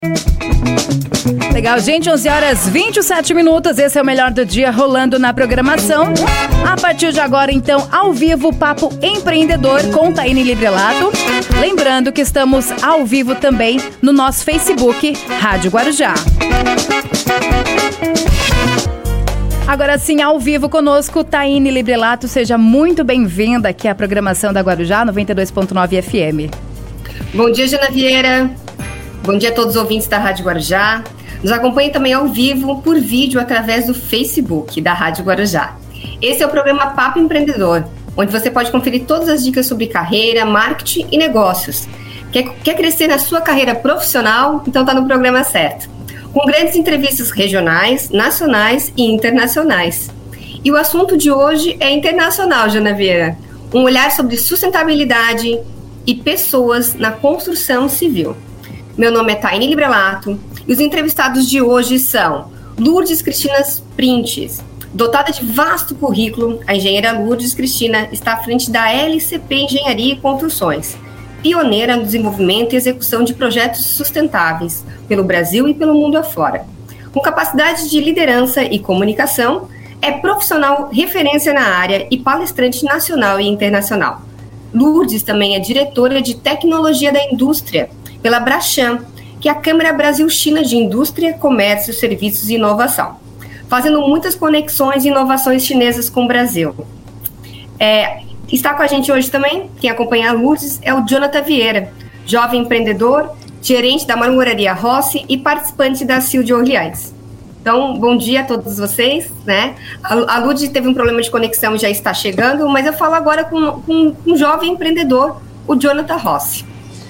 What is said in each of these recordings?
Legal, gente, 11h27, esse é o melhor do dia rolando na programação. A partir de agora, então, ao vivo, Papo Empreendedor com Taine Librelato. Lembrando que estamos ao vivo também no nosso Facebook, Rádio Guarujá. Agora sim, ao vivo conosco, Taine Librelato. Seja muito bem-vinda aqui à programação da Guarujá, 92.9 FM. Bom dia, Jana Vieira. Bom dia a todos os ouvintes da Rádio Guarujá. Nos acompanhe também ao vivo, por vídeo, através do Facebook da Rádio Guarujá. Esse é o programa Papo Empreendedor, onde você pode conferir todas as dicas sobre carreira, marketing e negócios. Quer crescer na sua carreira profissional? Então está no programa certo. Com grandes entrevistas regionais, nacionais e internacionais. E o assunto de hoje é internacional, Jana Vieira. Um olhar sobre sustentabilidade e pessoas na construção civil. Meu nome é Taine Librelato e os entrevistados de hoje são Lourdes Cristina Printes. Dotada de vasto currículo, a engenheira Lourdes Cristina está à frente da LCP Engenharia e Construções, pioneira no desenvolvimento e execução de projetos sustentáveis pelo Brasil e pelo mundo afora. Com capacidade de liderança e comunicação, é profissional referência na área e palestrante nacional e internacional. Lourdes também é diretora de Tecnologia da Indústria pela Braskem, que é a Câmara Brasil-China de Indústria, Comércio, Serviços e Inovação, fazendo muitas conexões e inovações chinesas com o Brasil. Está com a gente hoje também, quem acompanha a Lourdes, é o Jonathan Vieira, jovem empreendedor, gerente da Marmoraria Rossi e participante da CIL de Orleans. Então, bom dia a todos vocês, né? A Lourdes teve um problema de conexão e já está chegando, mas eu falo agora com um jovem empreendedor, o Jonathan Rossi.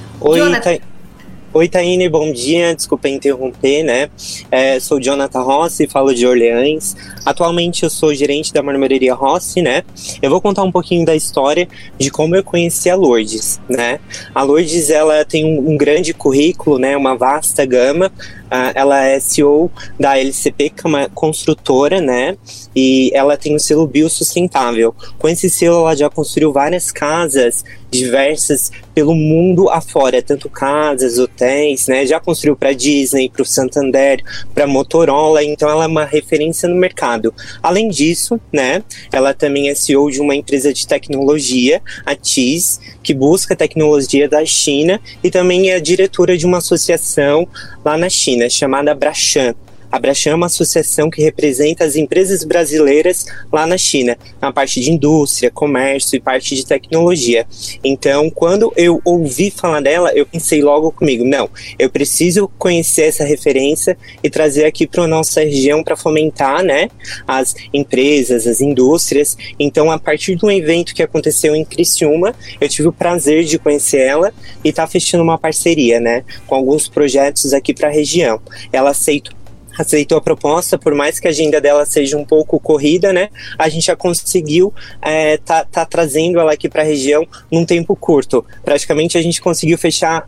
Oi, Taine, bom dia, desculpa interromper, né? Sou o Jonathan Rossi, falo de Orleans. Atualmente eu sou gerente da Marmoraria Rossi, né? Eu vou contar um pouquinho da história de como eu conheci a Lourdes, né? A Lourdes, ela tem um grande currículo, né? Uma vasta gama. Ela é CEO da LCP, que é uma construtora, né? E ela tem o selo Biosustentável. Com esse selo, ela já construiu várias casas diversas pelo mundo afora, tanto casas, hotéis, né? Já construiu para Disney, para o Santander, para Motorola, então ela é uma referência no mercado. Além disso, né? Ela também é CEO de uma empresa de tecnologia, a TIS, que busca tecnologia da China, e também é diretora de uma associação lá na China, chamada Braskem. A Braskem é uma associação que representa as empresas brasileiras lá na China, na parte de indústria, comércio e parte de tecnologia. Então, quando eu ouvi falar dela, eu pensei logo comigo, não, eu preciso conhecer essa referência e trazer aqui para a nossa região para fomentar, né, as empresas, as indústrias. Então, a partir de um evento que aconteceu em Criciúma, eu tive o prazer de conhecer ela e estar fechando uma parceria, né, com alguns projetos aqui para a região. Ela aceitou a proposta, por mais que a agenda dela seja um pouco corrida, né? A gente já conseguiu tá trazendo ela aqui para a região num tempo curto. Praticamente a gente conseguiu fechar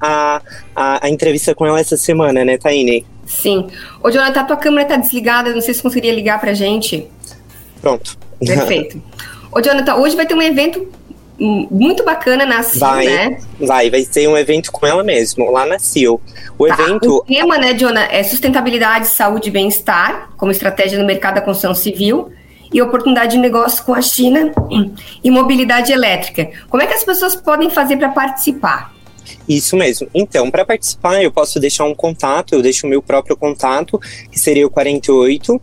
a entrevista com ela essa semana, né, Taine? Sim. Ô, Jonathan, a tua câmera tá desligada, não sei se conseguiria ligar pra gente. Pronto. Perfeito. Ô, Jonathan, hoje vai ter um evento muito bacana na CIL, né? Vai ser um evento com ela mesmo, lá na CIL. O tema, né, Jonah, é sustentabilidade, saúde e bem-estar, como estratégia no mercado da construção civil, e oportunidade de negócio com a China e mobilidade elétrica. Como é que as pessoas podem fazer para participar? Isso mesmo. Então, para participar, eu posso deixar um contato, eu deixo o meu próprio contato, que seria o 48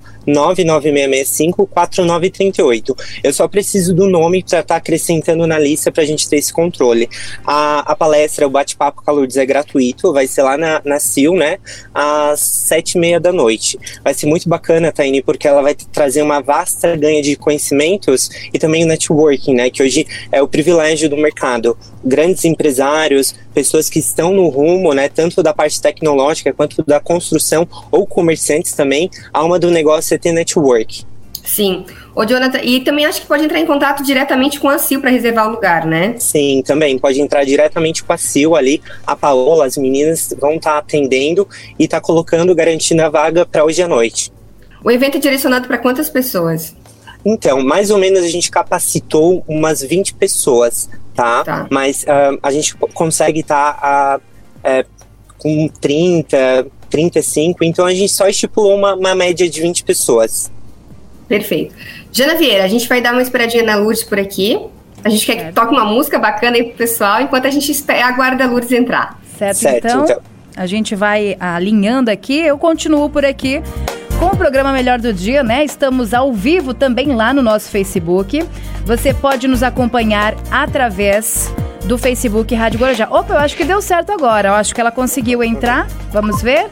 99665 4938. Eu só preciso do nome para estar acrescentando na lista para a gente ter esse controle. A palestra, o bate-papo com a Lourdes é gratuito, vai ser lá na CIL, né, às 7h30 da noite. Vai ser muito bacana, Taine, porque ela vai trazer uma vasta ganha de conhecimentos e também o networking, né, que hoje é o privilégio do mercado. Grandes empresários, pessoas que estão no rumo, né, tanto da parte tecnológica quanto da construção ou comerciantes também, a alma do negócio é ter network. Sim. Ô, Jonathan, e também acho que pode entrar em contato diretamente com a CIL para reservar o lugar, né? Sim, também. Pode entrar diretamente com a CIL ali. A Paola, as meninas vão estar atendendo e tá colocando, garantindo a vaga para hoje à noite. O evento é direcionado para quantas pessoas? Então, mais ou menos a gente capacitou umas 20 pessoas, tá? Mas a gente consegue estar com 30, 35, então a gente só estipulou uma média de 20 pessoas. Perfeito. Jana Vieira, a gente vai dar uma esperadinha na Lourdes por aqui. A gente quer que toque uma música bacana aí pro pessoal, enquanto a gente aguarda a Lourdes entrar. Certo, então, a gente vai alinhando aqui, eu continuo por aqui com o programa Melhor do Dia, né? Estamos ao vivo também lá no nosso Facebook. Você pode nos acompanhar através do Facebook Rádio Guarujá. Opa, eu acho que deu certo agora. Eu acho que ela conseguiu entrar. Vamos ver?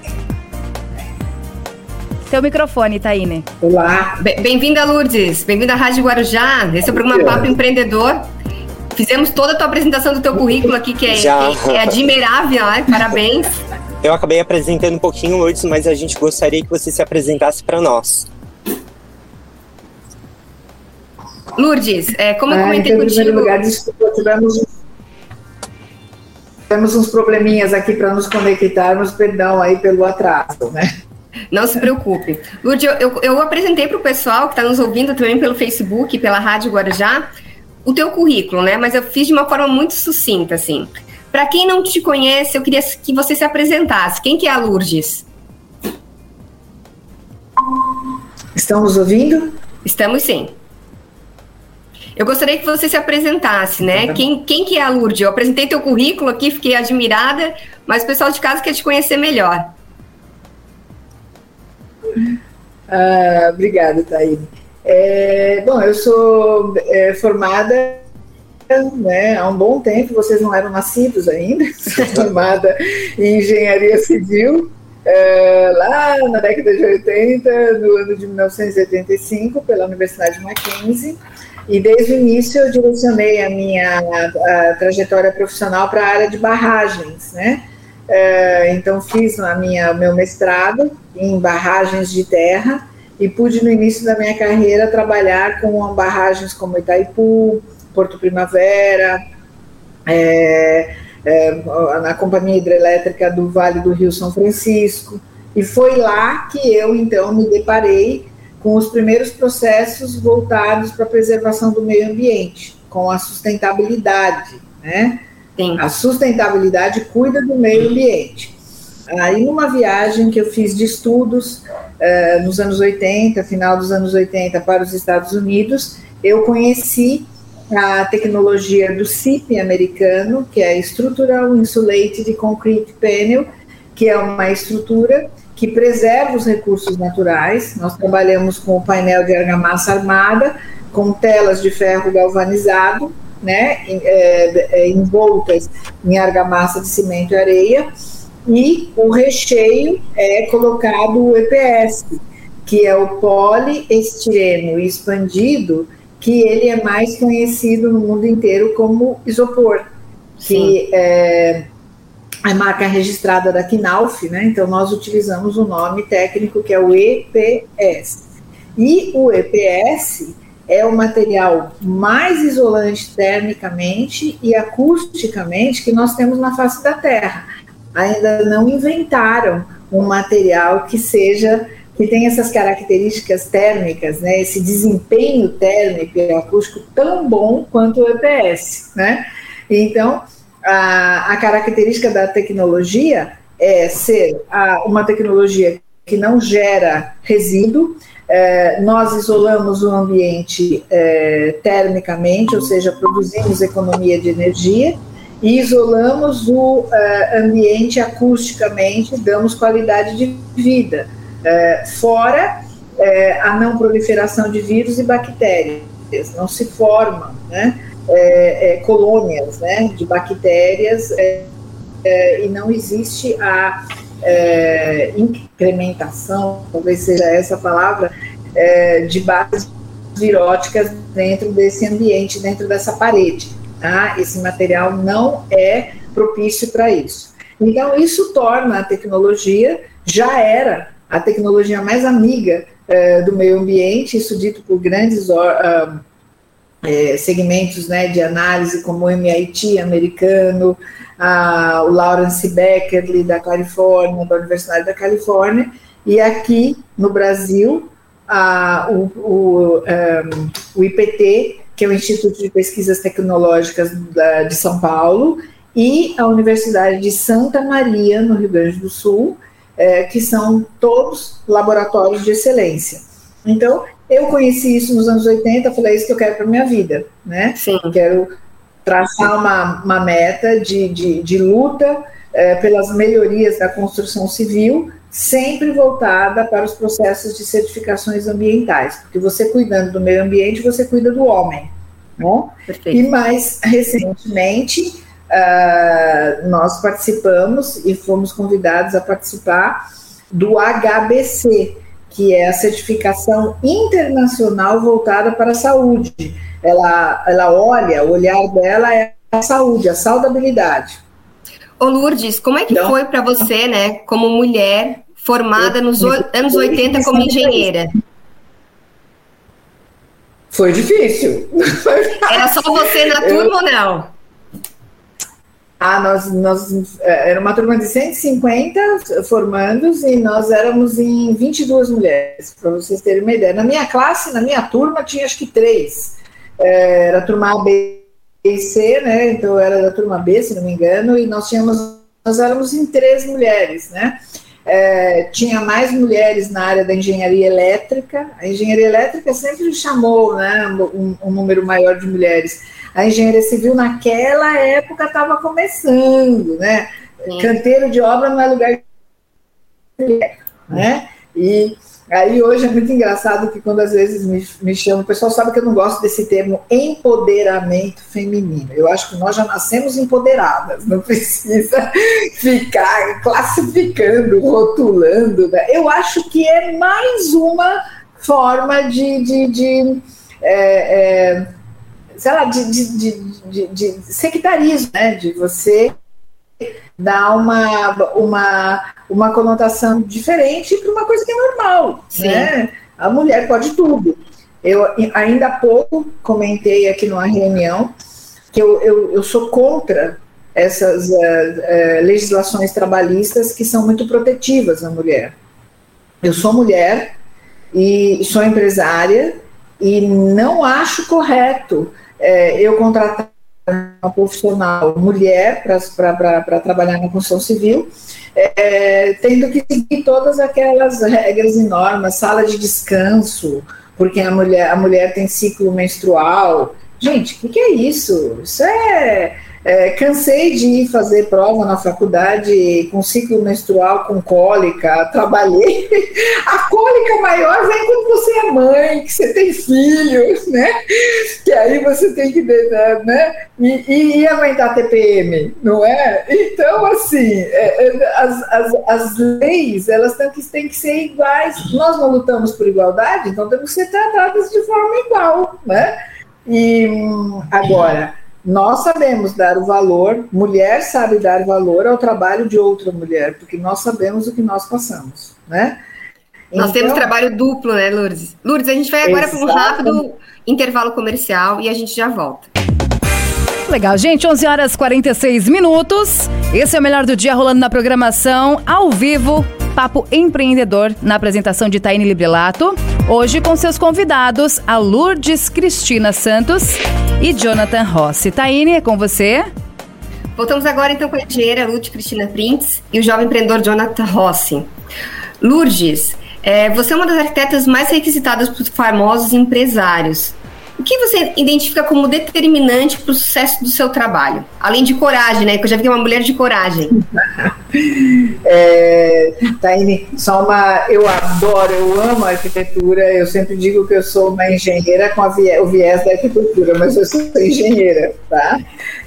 Seu microfone, Taine. Olá. Bem-vinda, Lourdes. Bem-vinda à Rádio Guarujá. Esse é o programa Papo Empreendedor. Fizemos toda a tua apresentação do teu currículo aqui, que é admirável, né? Parabéns. Eu acabei apresentando um pouquinho, Lourdes, mas a gente gostaria que você se apresentasse para nós. Lourdes, como eu comentei então, contigo... Em primeiro lugar, desculpa, tivemos uns probleminhas aqui para nos conectarmos, perdão aí pelo atraso, né? Não se preocupe. Lourdes, eu apresentei para o pessoal que está nos ouvindo também pelo Facebook, pela Rádio Guarujá, o teu currículo, né? Mas eu fiz de uma forma muito sucinta, assim. Para quem não te conhece, eu queria que você se apresentasse. Quem que é a Lourdes? Estão nos ouvindo? Estamos sim. Eu gostaria que você se apresentasse, né? Quem que é a Lourdes? Eu apresentei teu currículo aqui, fiquei admirada, mas o pessoal de casa quer te conhecer melhor. Obrigada, Taine. Bom, eu sou formada, né, há um bom tempo, vocês não eram nascidos ainda, sou formada em Engenharia Civil, lá na década de 80, no ano de 1985, pela Universidade Mackenzie, e desde o início eu direcionei a minha trajetória profissional para a área de barragens, né? Então fiz meu mestrado em barragens de terra e pude no início da minha carreira trabalhar com barragens como Itaipu, Porto Primavera, na Companhia Hidrelétrica do Vale do Rio São Francisco, e foi lá que eu então me deparei com os primeiros processos voltados para a preservação do meio ambiente, com a sustentabilidade, né? Sim. A sustentabilidade cuida do meio ambiente. Aí, numa viagem que eu fiz de estudos nos anos 80, final dos anos 80, para os Estados Unidos, eu conheci a tecnologia do CIP americano, que é Structural Insulated Concrete Panel, que é uma estrutura que preserva os recursos naturais. Nós trabalhamos com o painel de argamassa armada, com telas de ferro galvanizado, né, envoltas em argamassa de cimento e areia, e o recheio é colocado o EPS, que é o poliestireno expandido, que ele é mais conhecido no mundo inteiro como isopor, que é a marca registrada da Knauf, né? Então nós utilizamos o nome técnico que é o EPS. E o EPS é o material mais isolante termicamente e acusticamente que nós temos na face da Terra. Ainda não inventaram um material que tem essas características térmicas, né? Esse desempenho térmico e acústico tão bom quanto o EPS, né? Então, a característica da tecnologia é ser uma tecnologia que não gera resíduo. Nós isolamos o ambiente termicamente, ou seja, produzimos economia de energia, e isolamos o ambiente acusticamente, damos qualidade de vida, fora a não proliferação de vírus e bactérias, não se formam, né, colônias, né, de bactérias, e não existe a incrementação, talvez seja essa a palavra, de bases viróticas dentro desse ambiente, dentro dessa parede. Tá? Esse material não é propício para isso. Então, isso torna a tecnologia, já era a tecnologia mais amiga do meio ambiente, isso dito por grandes segmentos, né, de análise, como o MIT americano, o Lawrence Beckerle da Califórnia, da Universidade da Califórnia, e aqui no Brasil, o IPT, que é o Instituto de Pesquisas Tecnológicas de São Paulo, e a Universidade de Santa Maria, no Rio Grande do Sul, que são todos laboratórios de excelência. Então, eu conheci isso nos anos 80, falei, é isso que eu quero para a minha vida, né? Sim. Quero traçar uma meta de luta pelas melhorias da construção civil, sempre voltada para os processos de certificações ambientais, porque você cuidando do meio ambiente, você cuida do homem, né? Perfeito. E mais recentemente, nós participamos e fomos convidados a participar do HBC, que é a certificação internacional voltada para a saúde. Ela olha, o olhar dela é a saúde, a saudabilidade. Ô Lourdes, como é que foi para você, né, como mulher formada nos anos 80 como engenheira? Foi difícil. Era só você na turma ou não? Era uma turma de 150 formandos e nós éramos em 22 mulheres, para vocês terem uma ideia. Na minha classe, na minha turma, tinha acho que 3. Era a turma A, B e C, né? Então eu era da turma B, se não me engano, e nós éramos em 3 mulheres, né? Tinha mais mulheres na área da engenharia elétrica. A engenharia elétrica sempre chamou, né, um número maior de mulheres. A engenharia civil naquela época estava começando, né? Sim. Canteiro de obra não é lugar de mulher, né? E aí hoje é muito engraçado que quando às vezes me chamam, o pessoal sabe que eu não gosto desse termo empoderamento feminino. Eu acho que nós já nascemos empoderadas, não precisa ficar classificando, rotulando, né? Eu acho que é mais uma forma de sectarismo, né? De você dar uma conotação diferente para uma coisa que é normal, né? A mulher pode tudo. Eu ainda há pouco comentei aqui numa reunião que eu sou contra essas legislações trabalhistas que são muito protetivas à mulher. Eu sou mulher e sou empresária e não acho correto eu contratar uma profissional mulher para trabalhar na construção civil, tendo que seguir todas aquelas regras e normas, sala de descanso, porque a mulher tem ciclo menstrual. Gente, o que é isso? Isso cansei de ir fazer prova na faculdade com ciclo menstrual, com cólica, trabalhei. A cólica maior vem quando você é mãe, que você tem filhos, né? Que aí você tem que, né? E aguentar TPM, não é? Então, assim, as leis, elas têm que ser iguais. Nós não lutamos por igualdade, então temos que ser tratadas de forma igual, né? E agora, nós sabemos dar o valor, mulher sabe dar valor ao trabalho de outra mulher, porque nós sabemos o que nós passamos, né? Nós temos trabalho duplo, né, Lourdes? Lourdes, a gente vai agora para um rápido intervalo comercial e a gente já volta. Legal, gente, 11h46. Esse é o melhor do dia rolando na programação, ao vivo, Papo Empreendedor, na apresentação de Taine Librelato. Hoje com seus convidados, a Lourdes Cristina Santos e Jonathan Rossi. Taine, é com você. Voltamos agora então com a engenheira Lourdes Cristina Printz e o jovem empreendedor Jonathan Rossi. Lourdes, você é uma das arquitetas mais requisitadas por famosos empresários. O que você identifica como determinante para o sucesso do seu trabalho? Além de coragem, né? Que eu já vi que é uma mulher de coragem. Taine, eu amo a arquitetura. Eu sempre digo que eu sou uma engenheira com o viés da arquitetura, mas eu sou engenheira, tá?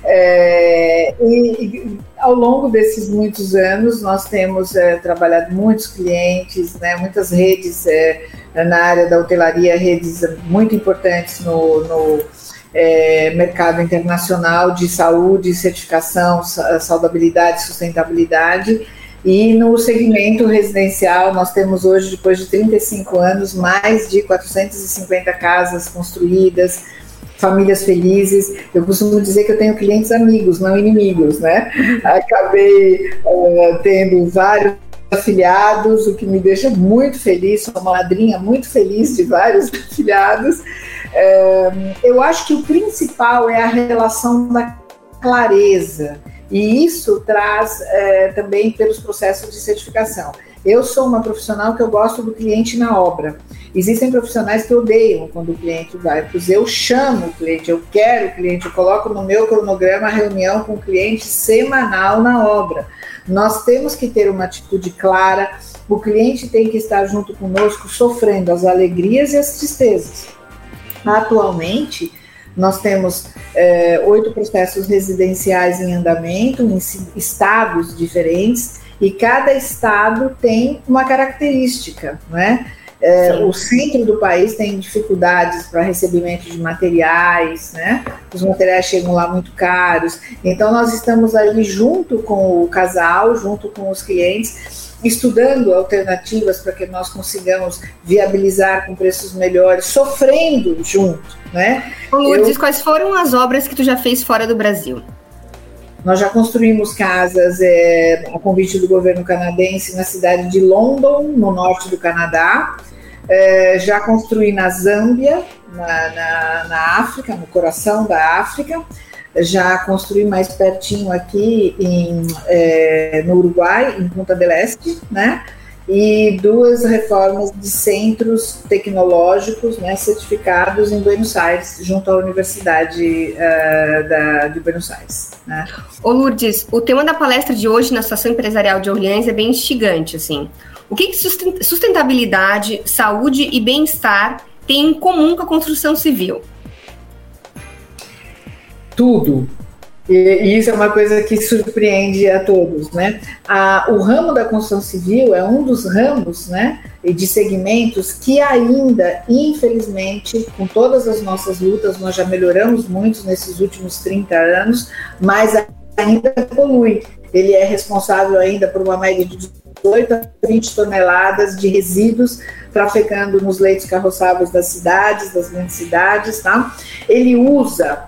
E ao longo desses muitos anos, nós temos trabalhado muitos clientes, né, muitas redes na área da hotelaria, redes muito importantes no mercado internacional de saúde, certificação, saudabilidade, sustentabilidade. E no segmento residencial, nós temos hoje, depois de 35 anos, mais de 450 casas construídas, famílias felizes. Eu costumo dizer que eu tenho clientes amigos, não inimigos, né? Acabei tendo vários afiliados, o que me deixa muito feliz, sou uma madrinha muito feliz de vários afiliados. Eu acho que o principal é a relação da clareza, e isso traz também pelos processos de certificação. Eu sou uma profissional que eu gosto do cliente na obra. Existem profissionais que odeiam quando o cliente vai, pois eu chamo o cliente, eu quero o cliente, eu coloco no meu cronograma a reunião com o cliente semanal na obra. Nós temos que ter uma atitude clara, o cliente tem que estar junto conosco, sofrendo as alegrias e as tristezas. Atualmente, nós temos 8 processos residenciais em andamento, em estados diferentes, e cada estado tem uma característica, né? O centro do país tem dificuldades para recebimento de materiais, né? Os materiais chegam lá muito caros. Então, nós estamos ali junto com o casal, junto com os clientes, estudando alternativas para que nós consigamos viabilizar com preços melhores, sofrendo junto, né? Lourdes, quais foram as obras que tu já fez fora do Brasil? Nós já construímos casas a convite do governo canadense na cidade de London, no norte do Canadá. Já construí na Zâmbia, na África, no coração da África. Já construí mais pertinho aqui no Uruguai, em Punta del Este, né? E 2 reformas de centros tecnológicos, né, certificados em Buenos Aires, junto à Universidade de Buenos Aires. Né? Ô Lourdes, o tema da palestra de hoje na Situação Empresarial de Orleans é bem instigante, assim. O que sustentabilidade, saúde e bem-estar têm em comum com a construção civil? Tudo. E isso é uma coisa que surpreende a todos, né? O ramo da construção civil é um dos ramos, né, de segmentos que ainda, infelizmente, com todas as nossas lutas, nós já melhoramos muito nesses últimos 30 anos, mas ainda polui. Ele é responsável ainda por uma média de 18 a 20 toneladas de resíduos trafegando nos leitos carroçáveis das cidades, das grandes cidades, tá? Ele usa...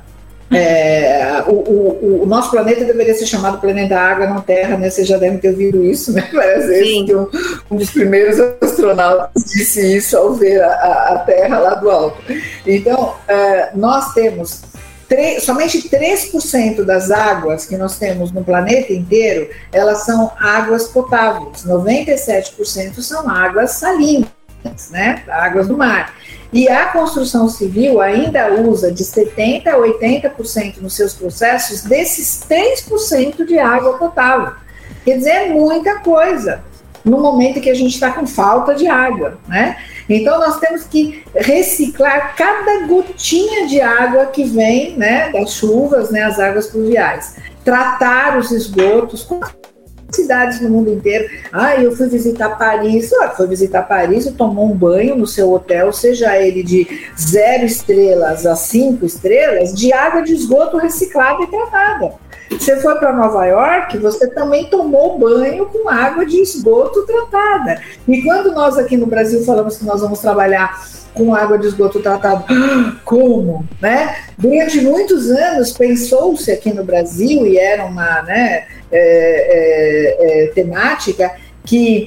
o nosso planeta deveria ser chamado planeta água, não terra, né? Vocês já devem ter ouvido isso, né? Várias vezes que um dos primeiros astronautas disse isso ao ver a Terra lá do alto. Então, nós temos somente 3% das águas que nós temos no planeta inteiro, elas são águas potáveis, 97% são águas salinas, né? Águas do mar. E a construção civil ainda usa de 70% a 80% nos seus processos desses 3% de água potável. Quer dizer, é muita coisa no momento em que a gente está com falta de água, né? Então, nós temos que reciclar cada gotinha de água que vem, né, das chuvas, né, as águas pluviais. Tratar os esgotos, cidades no mundo inteiro. Eu fui visitar Paris. Foi visitar Paris e tomou um banho no seu hotel, seja ele de 0 estrelas a 5 estrelas, de água de esgoto reciclada e tratada. Você foi para Nova York, você também tomou banho com água de esgoto tratada. E quando nós aqui no Brasil falamos que nós vamos trabalhar com água de esgoto tratado, como? Né? Durante muitos anos pensou-se aqui no Brasil, e era uma, né, temática, que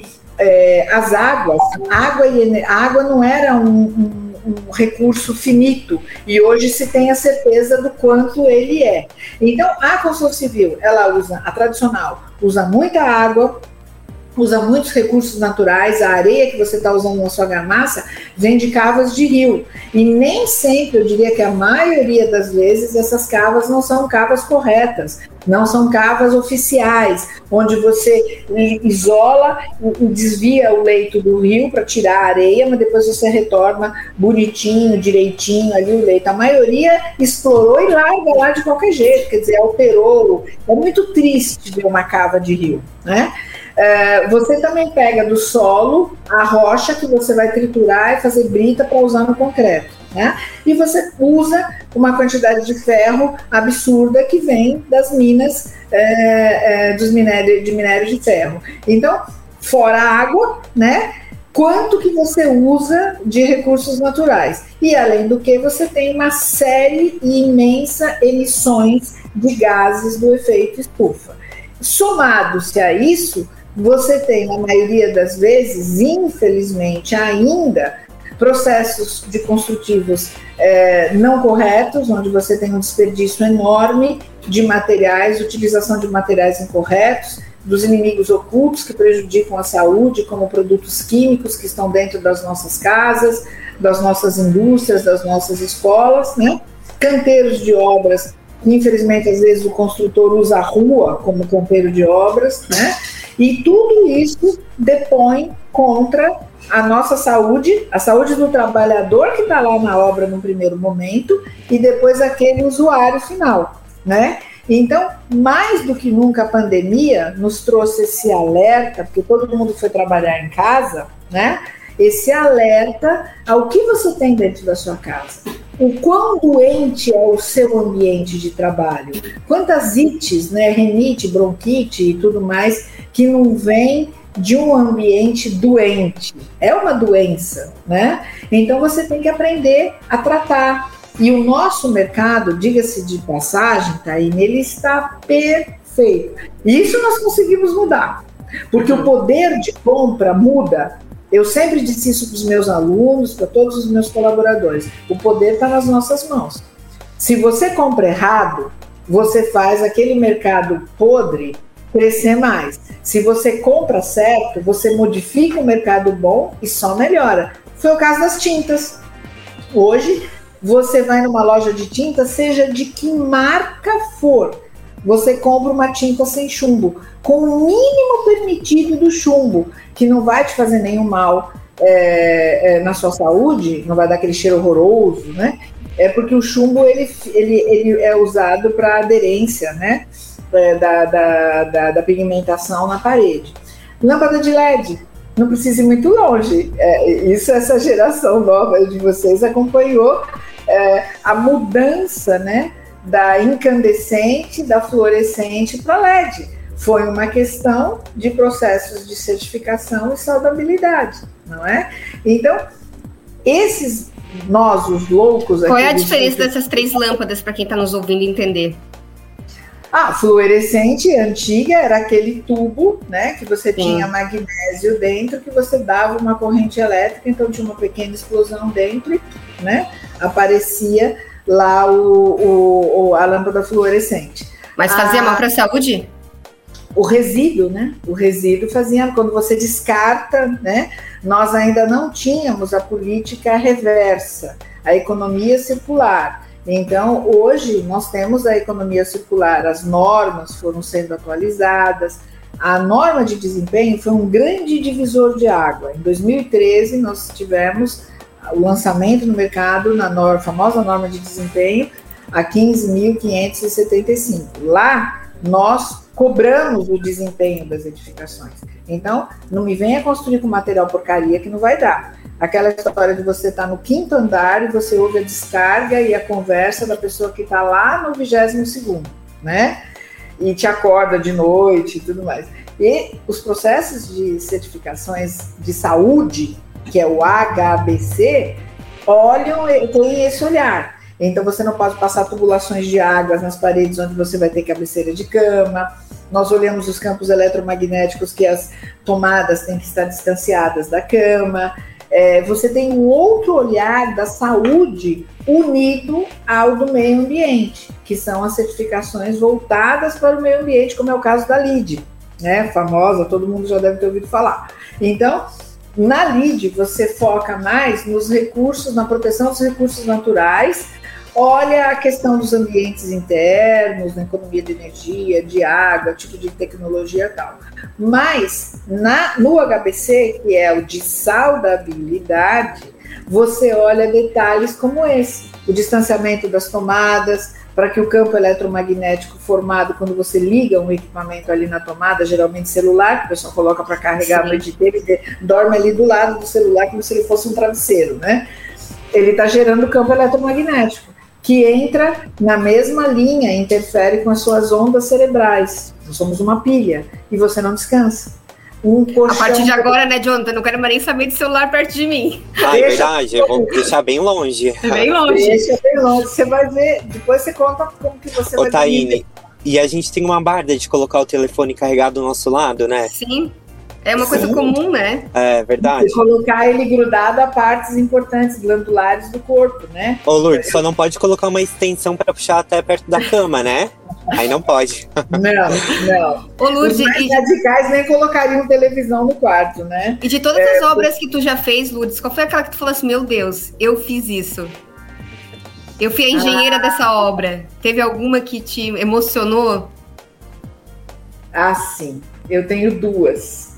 a água não era um recurso finito, e hoje se tem a certeza do quanto ele é. Então, a construção civil, a tradicional, usa muita água, usa muitos recursos naturais. A areia que você está usando na sua argamassa vem de cavas de rio. E nem sempre, eu diria que a maioria das vezes, essas cavas não são cavas corretas, não são cavas oficiais, onde você isola e desvia o leito do rio para tirar a areia, mas depois você retorna bonitinho, direitinho ali o leito. A maioria explorou e larga lá de qualquer jeito, quer dizer, alterou. É muito triste ver uma cava de rio, né? Você também pega do solo a rocha que você vai triturar e fazer brita para usar no concreto, né? E você usa uma quantidade de ferro absurda que vem das minas, de minério de ferro. Então, fora a água, né? Quanto que você usa de recursos naturais. E, além do que, você tem uma série imensa emissões de gases do efeito estufa. Somado-se a isso, você tem, na maioria das vezes, infelizmente ainda, processos de construtivos não corretos, onde você tem um desperdício enorme de materiais, utilização de materiais incorretos, dos inimigos ocultos que prejudicam a saúde, como produtos químicos que estão dentro das nossas casas, das nossas indústrias, das nossas escolas, né? Canteiros de obras, que infelizmente às vezes o construtor usa a rua como canteiro de obras, né? E tudo isso depõe contra a nossa saúde, a saúde do trabalhador que está lá na obra no primeiro momento e depois aquele usuário final, né? Então, mais do que nunca a pandemia nos trouxe esse alerta, porque todo mundo foi trabalhar em casa, né? Esse alerta ao que você tem dentro da sua casa. O quão doente é o seu ambiente de trabalho. Quantas ites, né, renite, bronquite e tudo mais, que não vem de um ambiente doente. É uma doença, né? Então você tem que aprender a tratar. E o nosso mercado, diga-se de passagem, Taine, ele está perfeito. E isso nós conseguimos mudar. Porque o poder de compra muda. Eu sempre disse isso para os meus alunos, para todos os meus colaboradores. O poder está nas nossas mãos. Se você compra errado, você faz aquele mercado podre crescer mais. Se você compra certo, você modifica o mercado bom e só melhora. Foi o caso das tintas. Hoje, você vai numa loja de tinta, seja de que marca for, você compra uma tinta sem chumbo, com o mínimo permitido do chumbo, que não vai te fazer nenhum mal na sua saúde, não vai dar aquele cheiro horroroso, né? É porque o chumbo ele é usado para aderência, né? Da pigmentação na parede. Lâmpada de LED, não precisa ir muito longe. Essa geração nova de vocês acompanhou a mudança, né, da incandescente, da fluorescente para LED. Foi uma questão de processos de certificação e saudabilidade, não é? Então, nós, os loucos... Qual é a diferença dessas 3 lâmpadas para quem está nos ouvindo entender? A fluorescente antiga era aquele tubo, né, que você tinha magnésio dentro, que você dava uma corrente elétrica, então tinha uma pequena explosão dentro, né, aparecia lá a lâmpada fluorescente. Mas fazia mal para a saúde? O resíduo, né? O resíduo fazia, quando você descarta, né? Nós ainda não tínhamos a política reversa, a economia circular. Então, hoje, nós temos a economia circular, as normas foram sendo atualizadas, a norma de desempenho foi um grande divisor de água. Em 2013, nós tivemos o lançamento no mercado na famosa norma de desempenho, a 15.575. Lá, nós cobramos o desempenho das edificações. Então, não me venha construir com material porcaria que não vai dar. Aquela história de você estar no 5º andar e você ouve a descarga e a conversa da pessoa que está lá no 22º, né? E te acorda de noite e tudo mais. E os processos de certificações de saúde, que é o HABC, tem esse olhar. Então, você não pode passar tubulações de águas nas paredes onde você vai ter cabeceira de cama. Nós olhamos os campos eletromagnéticos, que as tomadas têm que estar distanciadas da cama. Você tem um outro olhar da saúde unido ao do meio ambiente, que são as certificações voltadas para o meio ambiente, como é o caso da LEED, né? Famosa, todo mundo já deve ter ouvido falar. Então, na LEED, você foca mais nos recursos, na proteção dos recursos naturais, olha a questão dos ambientes internos, na economia de energia, de água, tipo de tecnologia e tal. Mas no HBC, que é o de saudabilidade, você olha detalhes como esse. O distanciamento das tomadas, para que o campo eletromagnético formado quando você liga um equipamento ali na tomada, geralmente celular, que o pessoal coloca para carregar a noite inteira e dorme ali do lado do celular como se ele fosse um travesseiro, né? Ele está gerando campo eletromagnético, que entra na mesma linha, interfere com as suas ondas cerebrais. Nós somos uma pilha e você não descansa. A partir de agora, né, Jonathan? Não quero mais nem saber de celular perto de mim. É verdade, eu vou deixar bem longe. Bem longe. Deixa bem longe. Você vai ver, depois você conta como que você vai Taine, e a gente tem uma barda de colocar o telefone carregado do nosso lado, né? Sim. É uma coisa comum, né? É verdade. E colocar ele grudado a partes importantes, glandulares do corpo, né? Ô, Lourdes, só não pode colocar uma extensão para puxar até perto da cama, né? Aí não pode. Não. Ô, Lourdes, os mais radicais nem colocariam televisão no quarto, né? E de todas as obras que tu já fez, Lourdes, qual foi aquela que tu falou assim, meu Deus, eu fiz isso? Eu fui a engenheira dessa obra. Teve alguma que te emocionou? Ah, sim. Eu tenho duas.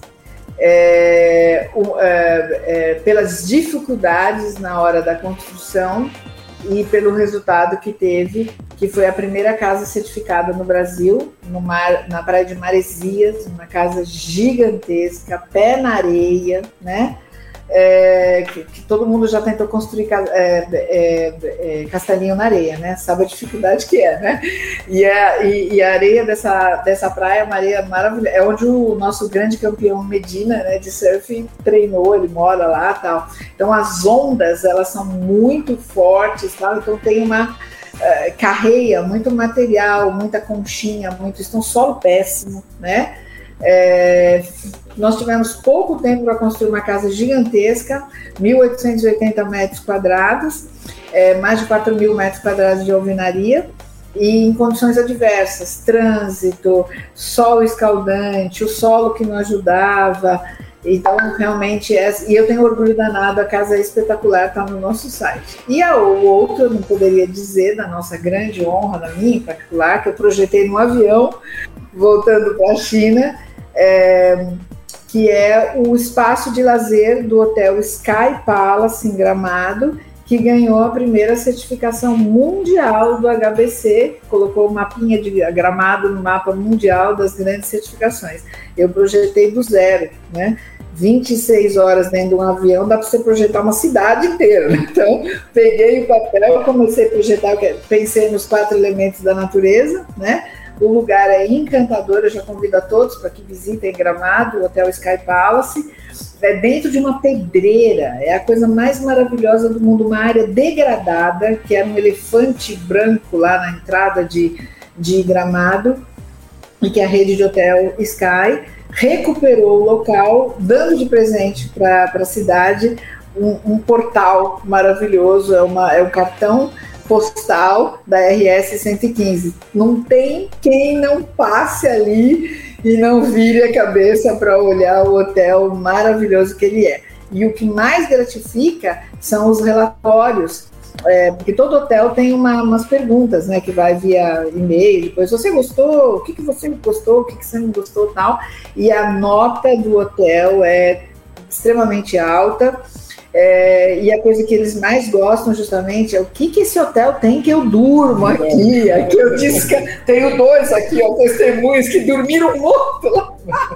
Pelas dificuldades na hora da construção e pelo resultado que teve, que foi a primeira casa certificada no Brasil, na praia de Maresias, uma casa gigantesca, pé na areia, né? Que todo mundo já tentou construir castelinho na areia, né? Sabe a dificuldade que é, né? E a areia dessa praia é uma areia maravilhosa. É onde o nosso grande campeão Medina, né, de surf treinou, ele mora lá e tal. Então as ondas, elas são muito fortes, tal. Então tem uma carreia, muito material, muita conchinha, então solo péssimo, né? Nós tivemos pouco tempo para construir uma casa gigantesca, 1.880 metros quadrados, mais de 4.000 metros quadrados de alvenaria, e em condições adversas, trânsito, sol escaldante, o solo que não ajudava. Então, realmente, e eu tenho orgulho danado, a casa é espetacular, está no nosso site. E o outro, eu não poderia dizer, da nossa grande honra, da minha em particular, que eu projetei num avião, voltando para a China, que é o espaço de lazer do Hotel Sky Palace, em Gramado, que ganhou a primeira certificação mundial do HBC, colocou o mapinha de Gramado no mapa mundial das grandes certificações. Eu projetei do zero, né? 26 horas dentro de um avião, dá para você projetar uma cidade inteira. Então, peguei o papel, comecei a projetar, pensei nos 4 elementos da natureza, né? O lugar é encantador, eu já convido a todos para que visitem Gramado, o Hotel Sky Palace. É dentro de uma pedreira, é a coisa mais maravilhosa do mundo, uma área degradada, que era um elefante branco lá na entrada de Gramado, e que a rede de hotel Sky recuperou o local, dando de presente para a cidade um portal maravilhoso, é um cartão postal da RS 115. Não tem quem não passe ali e não vire a cabeça para olhar o hotel maravilhoso que ele é. E o que mais gratifica são os relatórios, porque todo hotel tem umas perguntas, né, que vai via e-mail, depois você gostou, o que você gostou, o que você não gostou, tal, e a nota do hotel é extremamente alta. E a coisa que eles mais gostam justamente é o que esse hotel tem que eu durmo aqui. Aqui eu disse que tenho 2 aqui, ó, testemunhos que dormiram muito lá.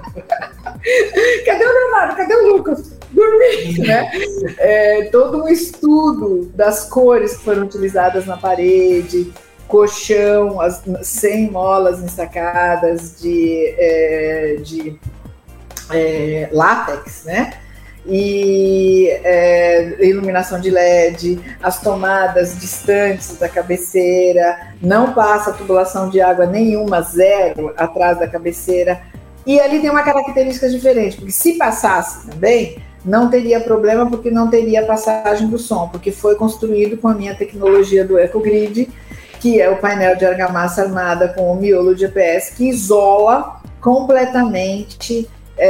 Cadê o Leonardo? Cadê o Lucas? Dormi, né? Todo um estudo das cores que foram utilizadas na parede, colchão, as 100 molas ensacadas de látex, né? E iluminação de LED, as tomadas distantes da cabeceira, não passa tubulação de água nenhuma, zero, atrás da cabeceira. E ali tem uma característica diferente, porque se passasse também, não teria problema, porque não teria passagem do som, porque foi construído com a minha tecnologia do EcoGrid, que é o painel de argamassa armada com o miolo de GPS, que isola completamente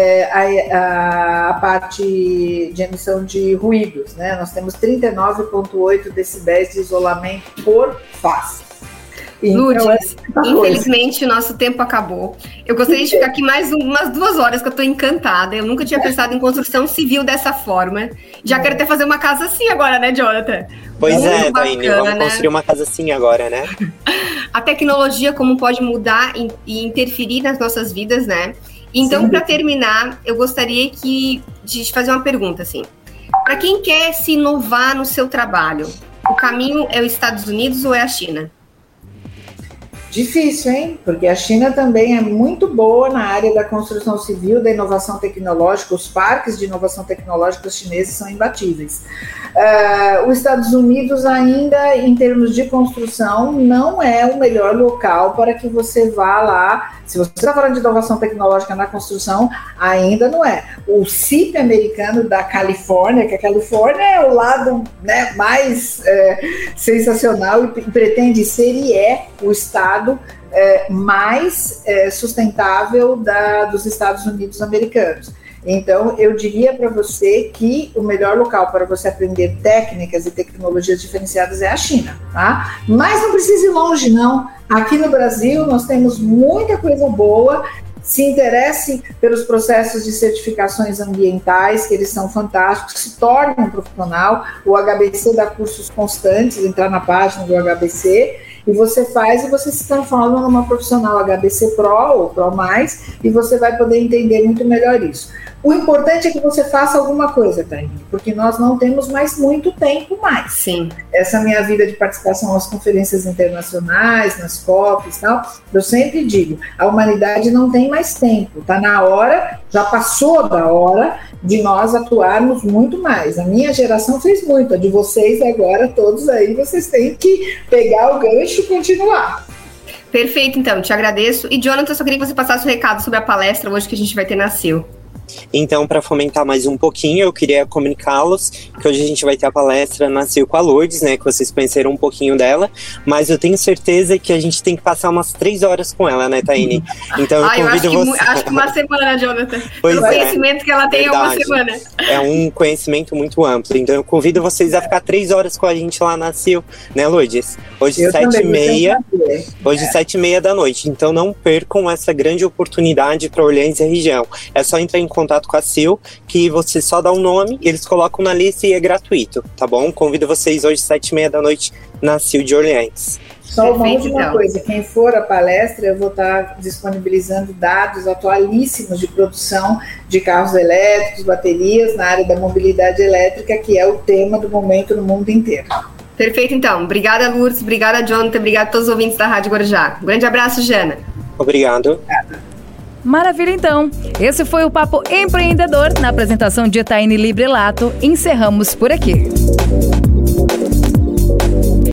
a parte de emissão de ruídos, né? Nós temos 39,8 decibéis de isolamento por face. Lourdes, infelizmente o nosso tempo acabou. Eu gostaria de ficar aqui mais umas 2 horas, que eu estou encantada. Eu nunca tinha pensado em construção civil dessa forma. Já quero até fazer uma casa assim agora, né, Jonathan? Pois Taine, vamos construir uma casa assim agora, né? A tecnologia, como pode mudar e interferir nas nossas vidas, né? Então, para terminar, eu gostaria de te fazer uma pergunta, assim. Para quem quer se inovar no seu trabalho, o caminho é os Estados Unidos ou é a China? Difícil, hein? Porque a China também é muito boa na área da construção civil, da inovação tecnológica. Os parques de inovação tecnológica chineses são imbatíveis. Os Estados Unidos ainda, em termos de construção, não é o melhor local para que você vá lá. Se você está falando de inovação tecnológica na construção, ainda não é. O CIP americano da Califórnia, que a Califórnia é o lado, né, mais sensacional e pretende ser e é o estado mercado mais sustentável dos Estados Unidos americanos. Então, eu diria para você que o melhor local para você aprender técnicas e tecnologias diferenciadas é a China, tá? Mas não precisa ir longe, não. Aqui no Brasil, nós temos muita coisa boa. Se interesse pelos processos de certificações ambientais, que eles são fantásticos, se torne um profissional. O HBC dá cursos constantes, entrar na página do HBC, e você faz e você se transforma numa profissional HBC Pro ou Pro+, e você vai poder entender muito melhor isso. O importante é que você faça alguma coisa, Taine, porque nós não temos mais muito tempo mais. Sim. Essa minha vida de participação nas conferências internacionais, nas COPs e tal, eu sempre digo, a humanidade não tem mais tempo, está na hora, já passou da hora de nós atuarmos muito mais. A minha geração fez muito, a de vocês agora, todos aí, vocês têm que pegar o gancho e continuar. Perfeito, então, te agradeço. E, Jonathan, eu só queria que você passasse o recado sobre a palestra hoje que a gente vai ter na CIL. Então, para fomentar mais um pouquinho, eu queria comunicá-los que hoje a gente vai ter a palestra na CIL com a Lourdes, né, que vocês conheceram um pouquinho dela, mas eu tenho certeza que a gente tem que passar umas 3 horas com ela, né, Taine? Então eu convido você... acho que uma semana, Jonathan. Pois pelo conhecimento que ela tem, verdade. É uma semana. É um conhecimento muito amplo, então eu convido vocês a ficar 3 horas com a gente lá na CIL, né, Lourdes? Hoje 7h30, hoje 7h30 da noite, então não percam essa grande oportunidade para Orleans e a região. É só entrar em contato com a CIL, que você só dá um nome, eles colocam na lista e é gratuito, tá bom? Convido vocês hoje 7h30 da noite na CIL de Orleans. Só uma última coisa, quem for à palestra, eu vou estar disponibilizando dados atualíssimos de produção de carros elétricos, baterias na área da mobilidade elétrica, que é o tema do momento no mundo inteiro. Perfeito, então. Obrigada, Lourdes. Obrigada, Jonathan. Obrigada a todos os ouvintes da Rádio Guarujá. Um grande abraço, Jana. Obrigado. Maravilha, então. Esse foi o Papo Empreendedor, na apresentação de Taine Librelato. Encerramos por aqui.